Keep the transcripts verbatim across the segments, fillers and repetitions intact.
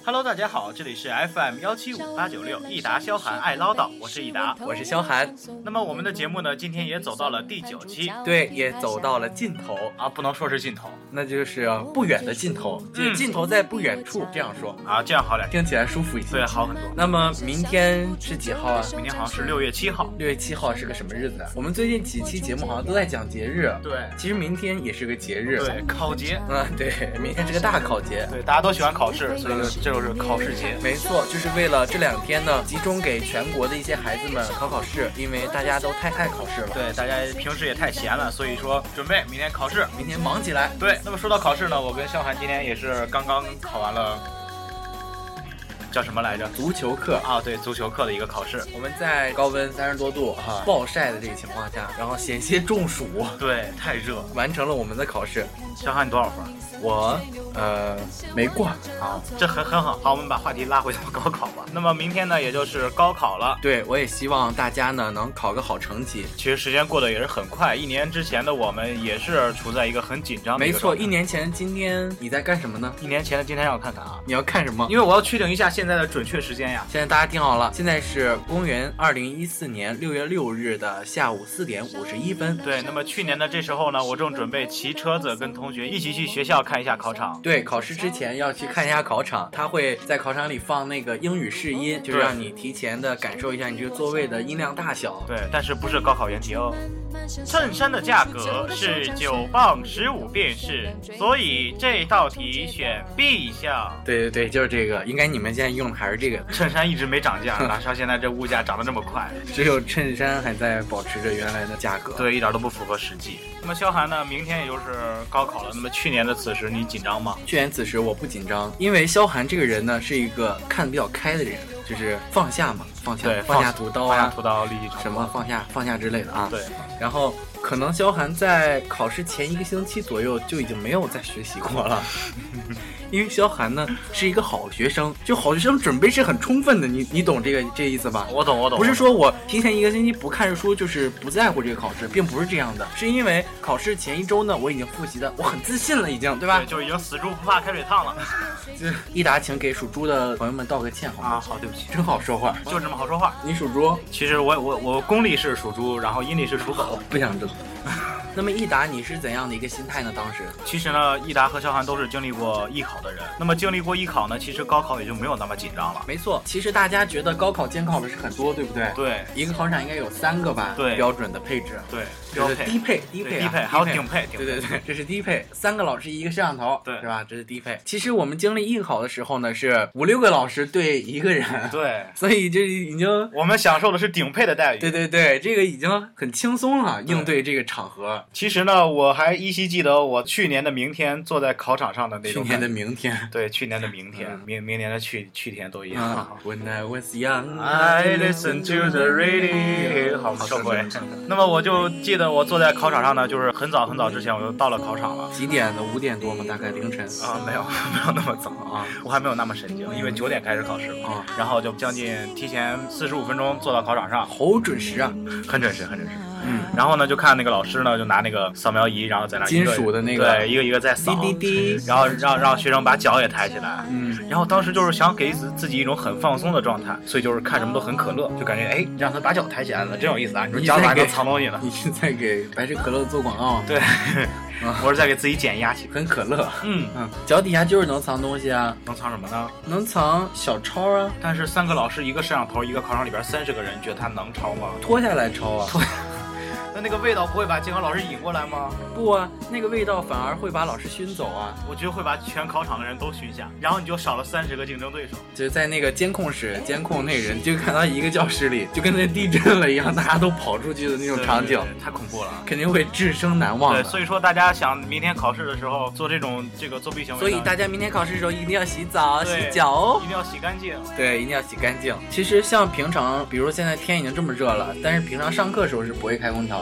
Hello， 大家好，这里是 F M 一七五八九六，益达萧寒爱唠叨，我是益达， 我是萧寒。 那么我们的节目呢，今天也走到了第九期， 对，也走到了尽头啊，不能说是尽头， 那就是不远的尽头，就是尽头在不远处，这样说啊，这样好点， 听起来舒服一些， 对，好很多。 那么明天是几号啊？ 明天好像是六月七号。 六月七号是个什么日子啊？我们最近几期节目好像都在讲节日， 对， 其实明天也是个节日， 对，考节， 嗯，对，明天是个大考节， 对，大家都喜欢考试，所以这就是考试节。 没错，就是为了这两天呢，集中给全国的一些孩子们考考试，因为大家都太爱考试了。 对，大家平时也太闲了，所以说准备明天考试， 明天忙起来。 对，那么说到考试呢，我跟萧寒今天也是刚刚考完了。叫什么来着？ 足球课啊，对，足球课的一个考试。 我们在高温三十多度哈、啊、暴晒的这个情况下，然后险些中暑， 对，太热， 完成了我们的考试。 萧寒你多少分？ 我呃没过。 好，这很很好。好，我们把话题拉回到高考吧。那么明天呢，也就是高考了。 对，我也希望大家呢能考个好成绩。 其实时间过得也是很快，一年之前的我们也是处在一个很紧张的一个状态。 没错，一年前今天你在干什么呢？ 一年前的今天让我看看啊， 你要看什么？ 因为我要确定一下现在的准确时间呀。 现在大家听好了，现在是公元二零一四年六月六日的下午四点五十一分。 对，那么去年的这时候呢，我正准备骑车子跟同学一起去学校看一下考场。 对，考试之前要去看一下考场，他会在考场里放那个英语试音，就是让你提前的感受一下你这个座位的音量大小。 对，但是不是高考原题哦。衬衫的价格是九磅十五便士，所以这道题选 B 项。 对对对，就是这个，应该你们现在用的还是这个。 衬衫一直没涨价，哪像现在这物价涨得这么快， 只有衬衫还在保持着原来的价格。 对，一点都不符合实际。那么萧寒呢，明天也就是高考了，那么去年的此时你紧张吗？ 去年此时我不紧张，因为萧寒这个人呢是一个看得比较开的人，就是放下嘛，放下， 对， 放下屠刀啊， 放下屠刀，立即什么放下放下之类的啊。 对， 然后可能萧寒在考试前一个星期左右就已经没有再学习过了。因为萧寒呢是一个好学生，就好学生准备是很充分的，你你懂这个这意思吧？ 我懂我懂， 不是说我提前一个星期不看书就是不在乎这个考试，并不是这样的，是因为考试前一周呢我已经复习的我很自信了，已经对吧？ 对，就已经死猪不怕开水烫了。 就是益达，请给属猪的朋友们道个歉好吗？ 啊，好，对不起， 真好说话， 就这么好说话。 你属猪？ 其实我我我公历是属猪，然后阴历是属狗， 不想知道。那么益达你是怎样的一个心态呢？当时其实呢，益达和萧寒都是经历过艺考的人。那么经历过艺考呢，其实高考也就没有那么紧张了。 没错，其实大家觉得高考监考的是很多，对不对？ 对， 一个考场应该有三个吧？ 对， 标准的配置。 对， 标配、低配、低配、 低配，还有顶配。 对对对，这是低配，三个老师一个摄像头， 对， 是吧？这是低配。其实我们经历艺考的时候呢，是五六个老师对一个人， 对， 所以这已经我们享受的是顶配的待遇。 对对对，这个已经很轻松了，应对这个场合。 其实呢，我还依稀记得我去年的明天坐在考场上的那种。 去年的明天， 对，去年的明天，嗯、明明年的去去天都一样。 嗯、When I was young, I listened to the radio。好，收回。那么我就记得我坐在考场上呢，就是很早很早之前我就到了考场了。 几点的？五点多吗？大概凌晨啊？没有，没有那么早啊，我还没有那么神经，因为九点开始考试嘛。啊，然后就将近提前四十五分钟坐到考场上， 好准时啊， 很准时，很准时。嗯，然后呢，就看那个老师呢，就拿那个扫描仪，然后在那金属的那个， 对，一个一个在扫， 滴滴滴， 然后让让学生把脚也抬起来。 嗯， 然后当时就是想给自自己一种很放松的状态，所以就是看什么都很可乐，就感觉哎，让他把脚抬起来了，真有意思啊！你说脚哪能藏东西呢？ 你是在给百事可乐做广告？ 对，我是在给自己减压， 很可乐。 嗯嗯，脚底下就是能藏东西啊， 能藏什么呢？ 能藏小抄啊。 但是三个老师一个摄像头，一个考场里边三十个人，你觉得他能抄吗？ 脱下来抄啊。 脱。那那个味道不会把监考老师引过来吗？ 不啊，那个味道反而会把老师熏走啊。 我觉得会把全考场的人都熏下，然后你就少了三十个竞争对手。 就是在那个监控室监控那人，就看到一个教室里就跟那地震了一样，大家都跑出去的那种场景， 对对对，太恐怖了， 肯定会至生难忘。 对，所以说大家想明天考试的时候做这种这个作弊行为， 所以大家明天考试的时候一定要洗澡、洗脚哦， 一定要洗干净。 对，一定要洗干净。其实像平常，比如现在天已经这么热了，但是平常上课的时候是不会开空调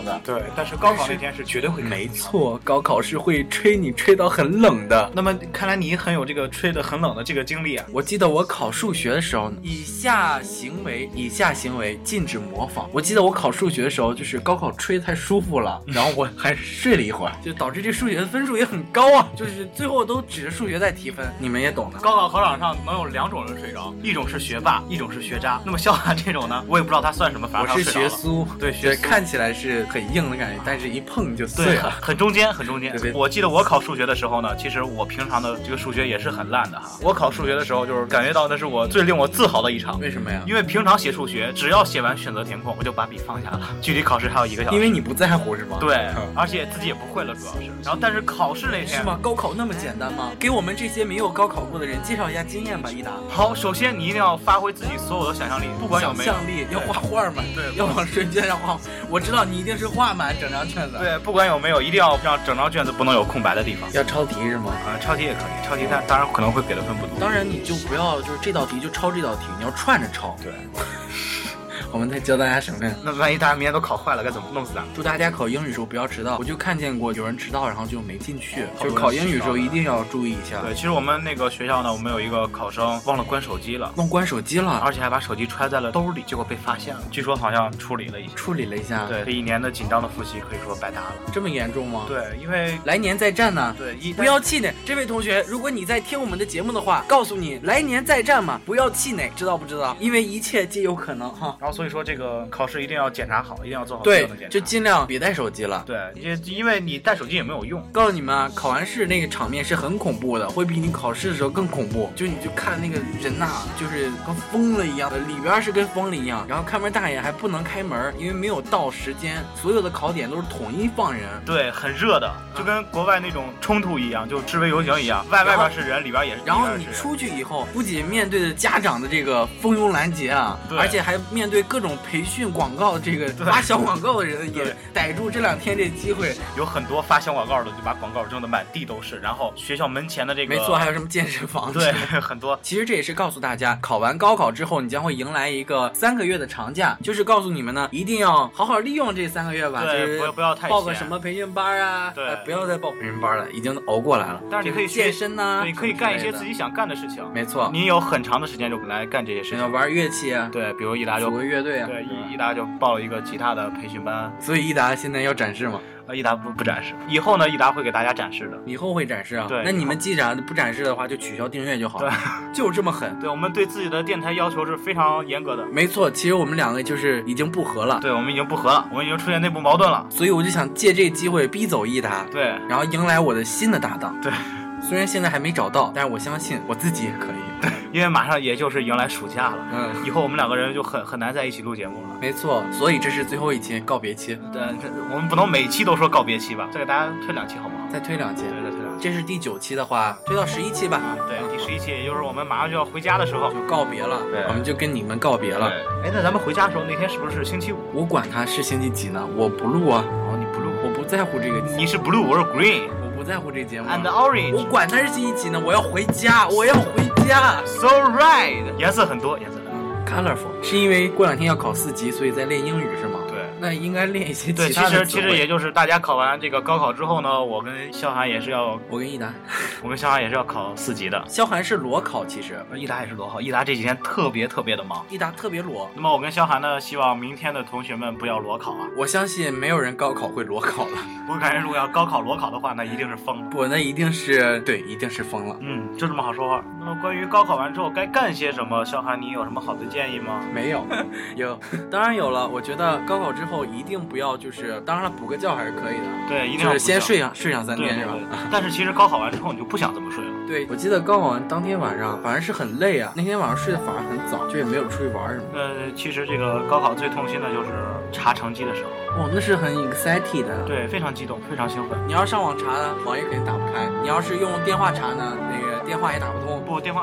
样子。对，但是高考那天是绝对会。 没错，高考是会吹你吹到很冷的。 那么看来你很有这个吹得很冷的这个经历啊。 我记得我考数学的时候，以下行为以下行为禁止模仿。我记得我考数学的时候，就是高考吹得太舒服了，然后我还睡了一会儿，就导致这数学的分数也很高啊，就是最后都指着数学在提分，你们也懂的。 高考考场上能有两种人睡着，一种是学霸，一种是学渣。那么肖寒这种呢，我也不知道他算什么，反正我是学苏， 对，学苏看起来是很硬的感觉，但是一碰就碎了， 很中间，很中间。 对对， 我记得我考数学的时候呢，其实我平常的这个数学也是很烂的哈。我考数学的时候，就是感觉到那是我最令我自豪的一场。 为什么呀？ 因为平常写数学，只要写完选择填空，我就把笔放下了。距离考试还有一个小时。 因为你不在乎是吗？ 对，嗯、而且自己也不会了，主要是。然后，但是考试那天是吗？高考那么简单吗？给我们这些没有高考过的人介绍一下经验吧，一达。 好，首先你一定要发挥自己所有的想象力，不管有没有。 想象力要画画嘛，对，要往试卷上画。我知道你一定是画满整张卷子。 对，不管有没有，一定要让整张卷子不能有空白的地方。 要抄题是吗？ 啊、呃，抄题也可以，抄题但当然可能会给的分不多。 当然你就不要就是这道题就抄这道题，你要串着抄。 对。 我们再教大家省略。 那万一大家明天都考坏了，该怎么弄死他？ 祝大家考英语时候不要迟到。我就看见过有人迟到，然后就没进去。就是考英语时候一定要注意一下。 对，其实我们那个学校呢，我们有一个考生忘了关手机了， 忘关手机了， 而且还把手机揣在了兜里，结果被发现了。据说好像处理了一处理了一下。 对，这一年的紧张的复习可以说白搭了。 这么严重吗？ 对，因为来年再战呢。 对，一不要气馁。这位同学，如果你在听我们的节目的话，告诉你来年再战嘛，不要气馁，知道不知道？因为一切皆有可能哈。 然后所以说这个考试一定要检查好，一定要做好对，就尽量别带手机了。 对，因为你带手机也没有用。 告诉你们啊，考完试那个场面是很恐怖的，会比你考试的时候更恐怖。就你就看那个人呐、啊，就是跟疯了一样，里边是跟疯了一样。然后看门大爷还不能开门，因为没有到时间，所有的考点都是统一放人。 对，很热的，就跟国外那种冲突一样，就示威游行一样，外外边是人，里边也是。 然后你出去以后，不仅面对着家长的这个蜂拥拦截啊，而且还面对各种培训广告这个发小广告的人，也逮住这两天这机会。 有很多发小广告的就把广告扔得满地都是，然后学校门前的这个， 没错，还有什么健身房， 对，很多。 其实这也是告诉大家，考完高考之后，你将会迎来一个三个月的长假，就是告诉你们呢，一定要好好利用这三个月吧。 对， 就是、 不要不要太报个什么培训班啊， 对、 呃，不要再报培训班了，已经熬过来了。 但是你可以健身呐、啊， 对，可以干一些自己想干的事情。 没错， 你有很长的时间就来干这些事情。 要玩乐器啊， 对，比如益达就组个乐队啊， 对，益达就报了一个吉他的培训班。 所以益达现在要展示吗？ 呃，益达不不展示，以后呢，益达会给大家展示的。 以后会展示啊？ 对。 那你们既然不展示的话，就取消订阅就好了。 对， 就这么狠。 对，我们对自己的电台要求是非常严格的。 没错，其实我们两个就是已经不和了。 对，我们已经不和了，我们已经出现内部矛盾了。 所以我就想借这个机会逼走益达， 对， 然后迎来我的新的搭档。 对。 虽然现在还没找到，但是我相信我自己也可以。 对，因为马上也就是迎来暑假了， 嗯， 以后我们两个人就很很难在一起录节目了。 没错，所以这是最后一期告别期。 对，我们不能每期都说告别期吧？再给大家推两期好不好？ 再推两期， 对，再推两期。 这是第九期的话，推到十一期吧。 啊，对，嗯、第十一期，也就是我们马上就要回家的时候， 就告别了。 对， 我们就跟你们告别了。 哎，那咱们回家的时候那天是不是星期五？ 我管它是星期几呢？我不录啊。 哦，你不录， 我不在乎这个。 你是 blue， 我是 green。 不在乎这节目 ，and orange， 我管它是星期几呢？我要回家，我要回家。 So right， 颜色很多，颜色很多 ，colorful， 是因为过两天要考四级，所以在练英语是吗？ 对， 那应该练一些对， 其他的。 其实其实也就是大家考完这个高考之后呢，我跟肖寒也是要， 我跟益达， 我跟肖寒也是要考四级的。 肖寒是裸考，其实益达也是裸考，益达这几天特别特别的忙， 益达特别裸。 那么我跟肖寒呢，希望明天的同学们不要裸考啊。 我相信没有人高考会裸考了。 我感觉如果要高考裸考的话，那一定是疯了。 不，那一定是对，一定是疯了。 嗯，就这么好说话。那么关于高考完之后该干些什么，肖寒你有什么好的建议吗？ 没有，有，当然有了。我觉得高考之后一定不要，就是当然了，补个觉还是可以的。 对，一定要就是先睡上睡上三天是吧？ 但是其实高考完之后你就不想这么睡了。 对，我记得高考完当天晚上反而是很累啊，那天晚上睡得反而很早，就也没有出去玩什么。 呃，其实这个高考最痛心的就是查成绩的时候。 哦，那是很 excited 的。 对，非常激动，非常兴奋。 你要上网查呢，网页肯定打不开；你要是用电话查呢，那个电话也打不通。 不，电话很容易打。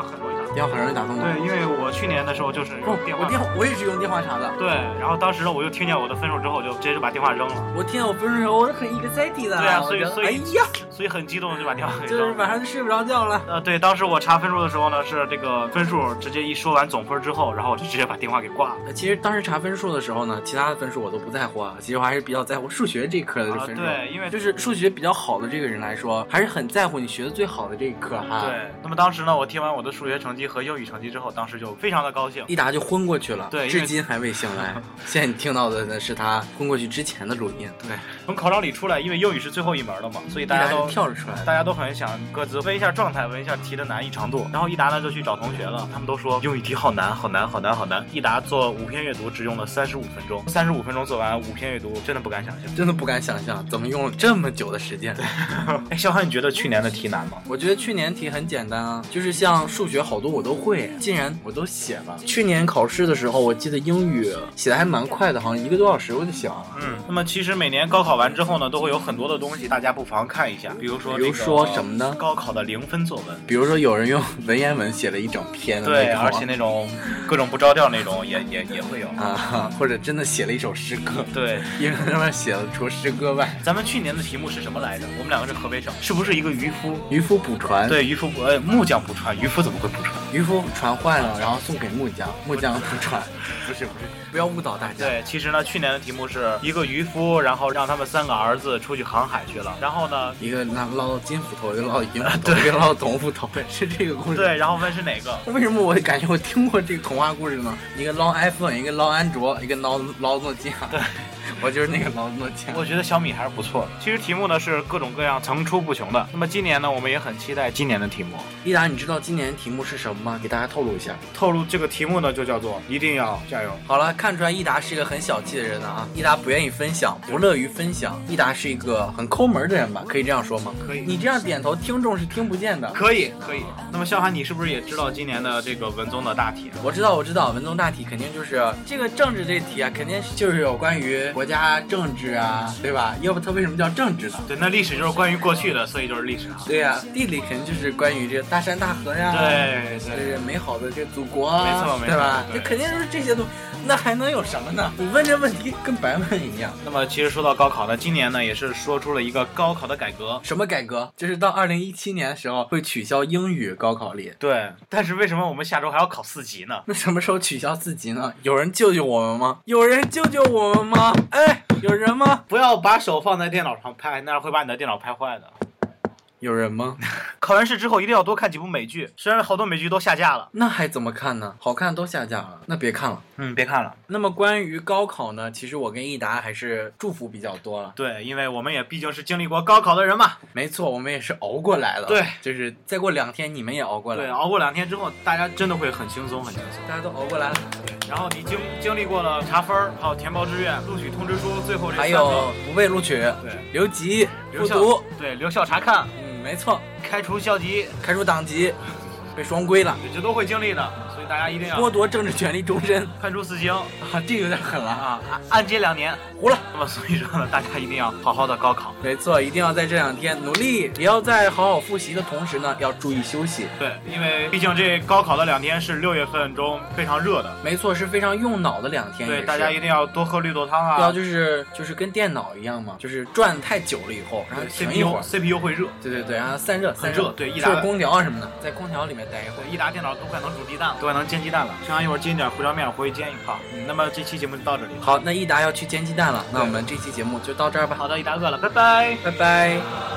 电话很容易打通的。 对，因为我去年的时候就是用电话， 我电话我也是用电话查的。 对，然后当时呢，我就听见我的分数之后，我就直接就把电话扔了。 我听见我分数之后，我很 excited 的。 对啊，所以所以哎呀， 所以很激动就把电话给扔了。 就是晚上就睡不着觉了。 呃，对，当时我查分数的时候呢，是这个分数直接一说完总分之后，然后我就直接把电话给挂了。 其实当时查分数的时候呢，其他的分数我都不在乎啊。其实我还是比较在乎数学这一科的分数。 啊、对，因为就是数学比较好的这个人来说，还是很在乎你学的最好的这一科哈。 对。那么当时呢，我听完我的数学成绩和英语成绩之后，当时就非常的高兴， 一答就昏过去了。 对， 至今还未醒来。现在你听到的呢是他昏过去之前的录音。 对，从考场里出来，因为英语是最后一门了嘛，所以大家都跳着出来， 大家都很想各自问一下状态，问一下题的难易程度。然后一答呢就去找同学了，他们都说英语题好难，好难，好难，好难。一答做五篇阅读只用了三十五分钟，三十五分钟做完五篇阅读，真的不敢想象， 真的不敢想象怎么用了这么久的时间。 哎，小韩，你觉得去年的题难吗？ 我觉得去年题很简单啊，就是像数学好多我都会，竟然我都写了。去年考试的时候，我记得英语写的还蛮快的，好像一个多小时我就写完了。 嗯，那么其实每年高考完之后呢，都会有很多的东西，大家不妨看一下，比如说、这个， 比如说什么呢？ 高考的零分作文， 比如说有人用文言文写了一整篇的那种， 对，而且那种各种不着调那种也也也会有啊，或者真的写了一首诗歌， 对， 因为他们写了除诗歌外。 咱们去年的题目是什么来着？我们两个是河北省，是不是一个渔夫？ 渔夫捕船， 对，渔夫呃木匠捕船，渔夫怎么会捕船？ 渔夫船坏了，然后送给木匠，木匠捕船，不是不是，不要误导大家。 对，其实呢，去年的题目是一个渔夫，然后让他们三个儿子出去航海去了，然后呢， 一个捞捞到金斧头，一个捞到银斧头，一个捞到铜斧头，对，是这个故事。 对，然后问是哪个？ 为什么我感觉我听过这个童话故事呢？一个捞 iPhone， 一个捞安卓，一个捞捞诺基亚。 对。 我就是那个劳诺基亚。 我觉得小米还是不错的。其实题目呢是各种各样层出不穷的。那么今年呢，我们也很期待今年的题目。 一达，你知道今年题目是什么吗？给大家透露一下。 透露这个题目呢，就叫做一定要加油。 好了，看出来一达是一个很小气的人了啊！一达不愿意分享，不乐于分享。一达是一个很抠门的人吧？可以这样说吗？ 可以。 你这样点头，听众是听不见的。 可以，可以。那么肖涵，你是不是也知道今年的这个文综的大题？ 我知道，我知道，文综大题肯定就是这个政治这题啊，肯定就是有关于国家政治啊，对吧？要不它为什么叫政治呢？ 对，那历史就是关于过去的，所以就是历史啊。 对呀、啊，地理肯定就是关于这个大山大河呀， 对， 对，美好的这个祖国啊， 没错，没错， 对吧？这肯定就是这些东西。那还能有什么呢？你问这问题跟白问一样。 那么其实说到高考呢，今年呢也是说出了一个高考的改革。 什么改革？就是到二零一七年的时候会取消英语高考里。 对，但是为什么我们下周还要考四级呢？ 那什么时候取消四级呢？有人救救我们吗？有人救救我们吗？哎，有人吗？ 不要把手放在电脑上拍，那样会把你的电脑拍坏的。 有人吗？ 考完试之后一定要多看几部美剧，虽然好多美剧都下架了。 那还怎么看呢？好看都下架了，那别看了。 嗯，别看了。 那么关于高考呢，其实我跟益达还是祝福比较多了。 对，因为我们也毕竟是经历过高考的人嘛。 没错，我们也是熬过来了。 对， 就是再过两天你们也熬过来了。 对，熬过两天之后，大家真的会很轻松，很轻松。 大家都熬过来了。 然后你经经历过了查分，还有填报志愿、录取通知书，最后这还有不被录取， 对， 留级、 留校复读， 对，留校查看， 嗯，没错， 开除校籍、 开除党籍，被双规了， 这都会经历的，所以大家一定要剥夺政治权利终身， 判处死刑啊，这个有点狠了啊，按揭两年， 糊了。 那么所以说呢，大家一定要好好的高考。 没错，一定要在这两天努力，也要在好好复习的同时呢，要注意休息。 对，因为毕竟这高考的两天是六月份中非常热的。 没错，是非常用脑的两天。 对，大家一定要多喝绿豆汤啊。 不要就是就是跟电脑一样嘛，就是转太久了以后，然后停一会儿 ，C P U 会热。 对对对，然后散热， 散热。对，一打是空调啊什么的，在空调里面待一会儿。 一打电脑都快能煮鸡蛋了，都快能煎鸡蛋了。剩下一会儿煎点胡椒面，回去煎一泡。嗯，那么这期节目就到这里。 好，那益达要去煎鸡蛋了，那我们这期节目就到这儿吧。 好的，益达饿了，拜拜， 拜拜。